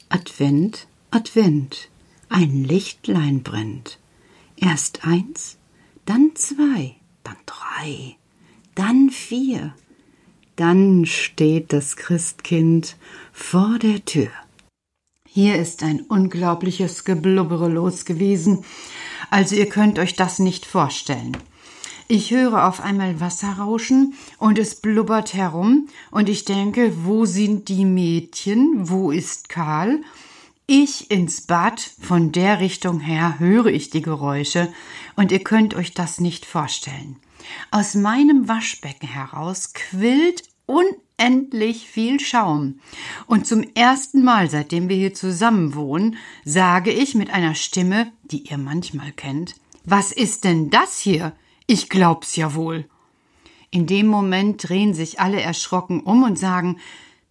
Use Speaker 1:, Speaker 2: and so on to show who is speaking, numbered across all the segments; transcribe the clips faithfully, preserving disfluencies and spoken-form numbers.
Speaker 1: Advent, Advent, ein Lichtlein brennt. Erst eins, dann zwei, dann drei, dann vier. Dann steht das Christkind vor der Tür. Hier ist ein unglaubliches Geblubbere los gewesen. Also ihr könnt euch das nicht vorstellen. Ich höre auf einmal Wasser rauschen und es blubbert herum und ich denke, wo sind die Mädchen? Wo ist Karl? Ich ins Bad, von der Richtung her höre ich die Geräusche und ihr könnt euch das nicht vorstellen. Aus meinem Waschbecken heraus quillt unendlich viel Schaum. Und zum ersten Mal, seitdem wir hier zusammen wohnen, sage ich mit einer Stimme, die ihr manchmal kennt, was ist denn das hier? Ich glaub's ja wohl. In dem Moment drehen sich alle erschrocken um und sagen,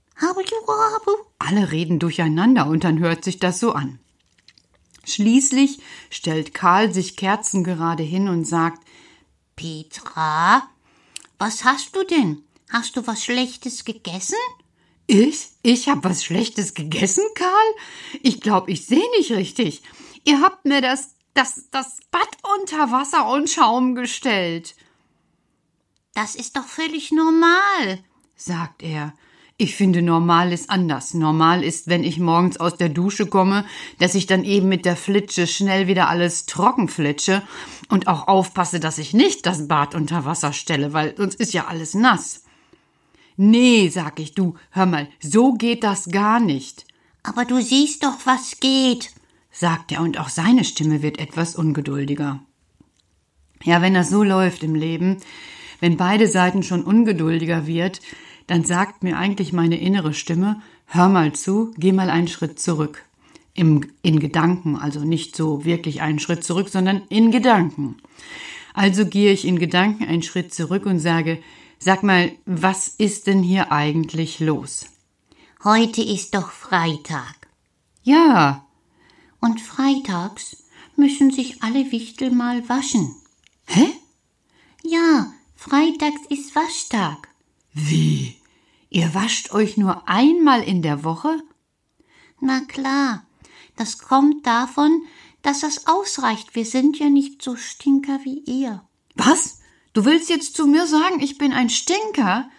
Speaker 1: alle reden durcheinander und dann hört sich das so an. Schließlich stellt Karl sich kerzengerade hin und sagt, Petra, was hast du denn? Hast du was Schlechtes gegessen? Ich? Ich hab was Schlechtes gegessen, Karl? Ich glaub, ich seh nicht richtig. Ihr habt mir das, das, das Bad unter Wasser und Schaum gestellt. Das ist doch völlig normal, sagt er. Ich finde, normal ist anders. Normal ist, wenn ich morgens aus der Dusche komme, dass ich dann eben mit der Flitsche schnell wieder alles trocken flitsche und auch aufpasse, dass ich nicht das Bad unter Wasser stelle, weil sonst ist ja alles nass. Nee, sag ich, du, hör mal, so geht das gar nicht. Aber du siehst doch, was geht, sagt er, und auch seine Stimme wird etwas ungeduldiger. Ja, wenn das so läuft im Leben, wenn beide Seiten schon ungeduldiger wird, dann sagt mir eigentlich meine innere Stimme, hör mal zu, geh mal einen Schritt zurück. Im, in Gedanken, also nicht so wirklich einen Schritt zurück, sondern in Gedanken. Also gehe ich in Gedanken einen Schritt zurück und sage, sag mal, was ist denn hier eigentlich los? Heute ist doch Freitag. Ja. Und freitags müssen sich alle Wichtel mal waschen. Hä? Ja, freitags ist Waschtag. Wie? Ihr wascht euch nur einmal in der Woche? Na klar, das kommt davon, dass das ausreicht. Wir sind ja nicht so Stinker wie ihr. Was? Du willst jetzt zu mir sagen, ich bin ein Stinker?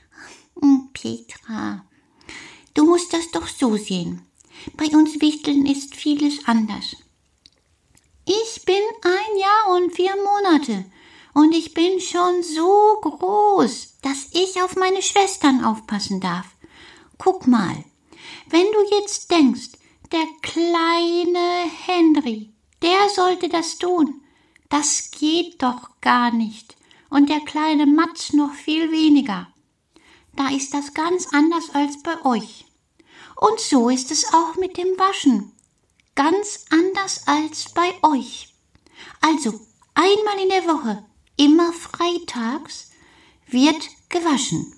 Speaker 1: Petra, du musst das doch so sehen. Bei uns Wichteln ist vieles anders. Ich bin ein Jahr und vier Monate und ich bin schon so groß, dass ich auf meine Schwestern aufpassen darf. Guck mal, wenn du jetzt denkst, der kleine Henry, der sollte das tun, das geht doch gar nicht. Und der kleine Matz noch viel weniger. Da ist das ganz anders als bei euch. Und so ist es auch mit dem Waschen. Ganz anders als bei euch. Also, einmal in der Woche, immer freitags, wird gewaschen.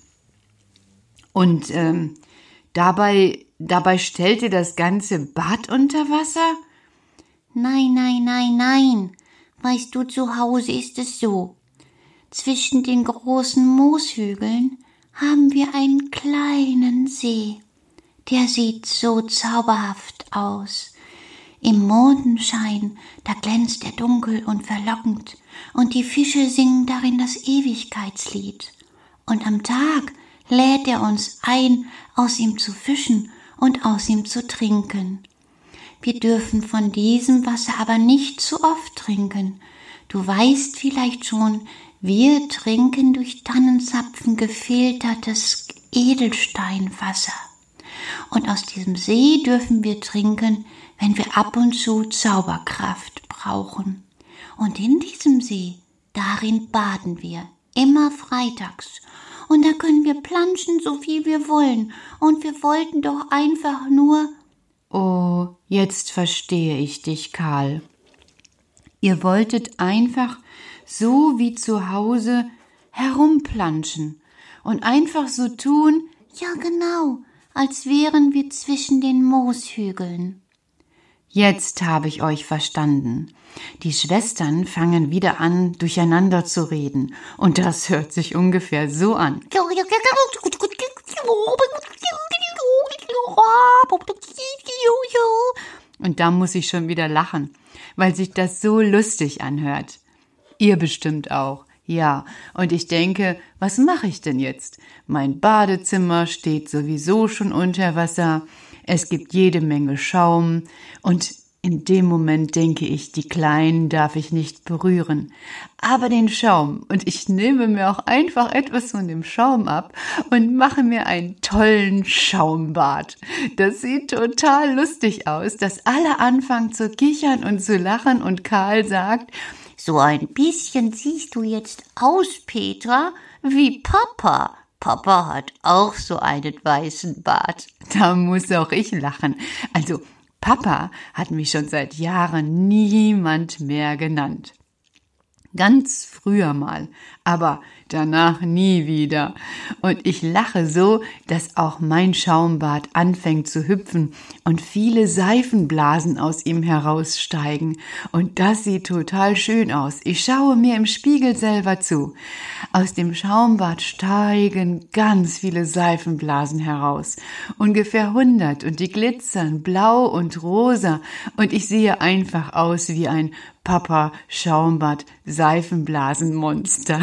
Speaker 1: Und ähm, dabei, dabei stellt ihr das ganze Bad unter Wasser? Nein, nein, nein, nein. Weißt du, zu Hause ist es so. Zwischen den großen Mooshügeln haben wir einen kleinen See. Der sieht so zauberhaft aus. Im Mondenschein, da glänzt er dunkel und verlockend, und die Fische singen darin das Ewigkeitslied. Und am Tag lädt er uns ein, aus ihm zu fischen und aus ihm zu trinken. Wir dürfen von diesem Wasser aber nicht zu oft trinken. Du weißt vielleicht schon, wir trinken durch Tannenzapfen gefiltertes Edelsteinwasser. Und aus diesem See dürfen wir trinken, wenn wir ab und zu Zauberkraft brauchen. Und in diesem See, darin baden wir, immer freitags. Und da können wir planschen, so viel wir wollen. Und wir wollten doch einfach nur... Oh, jetzt verstehe ich dich, Karl. Ihr wolltet einfach so wie zu Hause herumplanschen und einfach so tun, ja genau, als wären wir zwischen den Mooshügeln. Jetzt habe ich euch verstanden. Die Schwestern fangen wieder an, durcheinander zu reden, und das hört sich ungefähr so an.
Speaker 2: Und da muss ich schon wieder lachen, weil sich das so lustig anhört. Ihr bestimmt auch. Ja, und ich denke, was mache ich denn jetzt? Mein Badezimmer steht sowieso schon unter Wasser, es gibt jede Menge Schaum und in dem Moment denke ich, die Kleinen darf ich nicht berühren, aber den Schaum, und ich nehme mir auch einfach etwas von dem Schaum ab und mache mir einen tollen Schaumbad. Das sieht total lustig aus, dass alle anfangen zu kichern und zu lachen und Karl sagt,
Speaker 1: so ein bisschen siehst du jetzt aus, Petra, wie Papa. Papa hat auch so einen weißen Bart.
Speaker 2: Da muss auch ich lachen. Also, Papa hat mich schon seit Jahren niemand mehr genannt. Ganz früher mal, aber danach nie wieder. Und ich lache so, dass auch mein Schaumbad anfängt zu hüpfen und viele Seifenblasen aus ihm heraussteigen. Und das sieht total schön aus. Ich schaue mir im Spiegel selber zu. Aus dem Schaumbad steigen ganz viele Seifenblasen heraus. Ungefähr hundert, und die glitzern blau und rosa. Und ich sehe einfach aus wie ein Papa Schaumbad Seifenblasenmonster.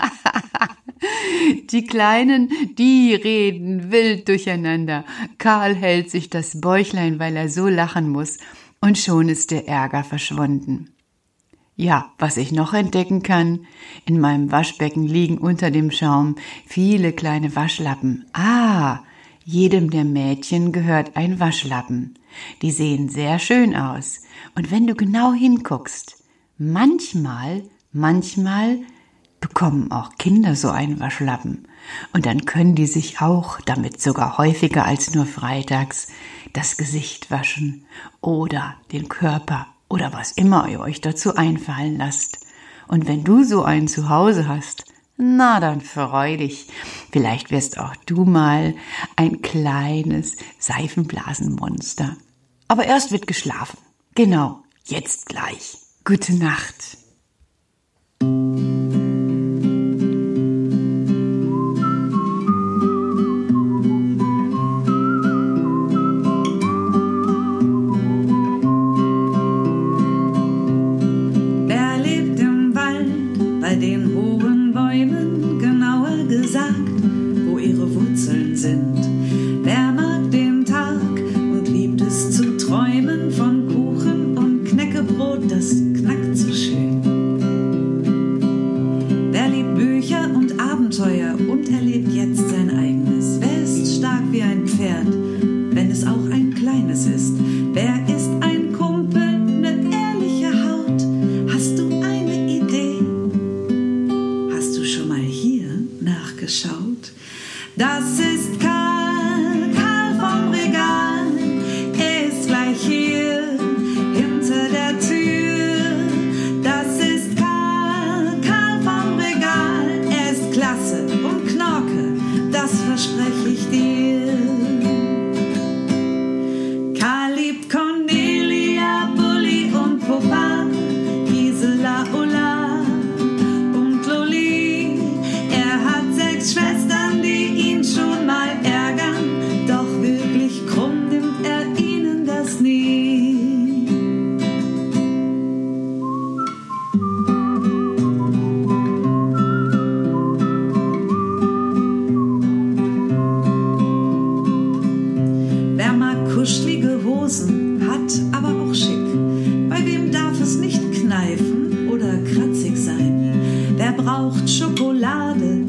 Speaker 2: Die Kleinen, die reden wild durcheinander. Karl hält sich das Bäuchlein, weil er so lachen muss, und schon ist der Ärger verschwunden. Ja, was ich noch entdecken kann, in meinem Waschbecken liegen unter dem Schaum viele kleine Waschlappen. Ah, jedem der Mädchen gehört ein Waschlappen. Die sehen sehr schön aus. Und wenn du genau hinguckst, manchmal, manchmal bekommen auch Kinder so einen Waschlappen. Und dann können die sich auch, damit sogar häufiger als nur freitags, das Gesicht waschen oder den Körper oder was immer ihr euch dazu einfallen lasst. Und wenn du so einen zu Hause hast, na dann freu dich. Vielleicht wirst auch du mal ein kleines Seifenblasenmonster. Aber erst wird geschlafen. Genau, jetzt gleich. Gute Nacht.
Speaker 3: Wer lebt im Wald bei den hohen Bäumen, genauer gesagt, wo ihre Wurzeln sind? Wer mag den Tag und liebt es zu träumen von Kuchen und Knäckebrot, das knackt so schön? Wer liebt Bücher und Abenteuer und erlebt jetzt sein eigenes? Wer ist stark wie ein Pferd, wenn es auch ein kleines ist? Wer ist ein Kumpel mit ehrlicher Haut? Hast du eine Idee? Hast du schon mal hier nachgeschaut? Das ist Karl, Karl vom Regal. Er ist gleich hier hinter der Tür. Das ist Karl, Karl vom Regal. Er ist klasse und Knorke, das verspreche ich dir. Karl liebt Cornelia, Bulli und Popa, Gisela, Ulla und Loli. Er hat sechs Schwestern, die ihn schon mal ärgern, doch wirklich krumm nimmt er ihnen das nie. Wer mag kuschelige Hosen, hat aber auch schick. Bei wem darf es nicht kneifen oder kratzig sein? Wer braucht Schokolade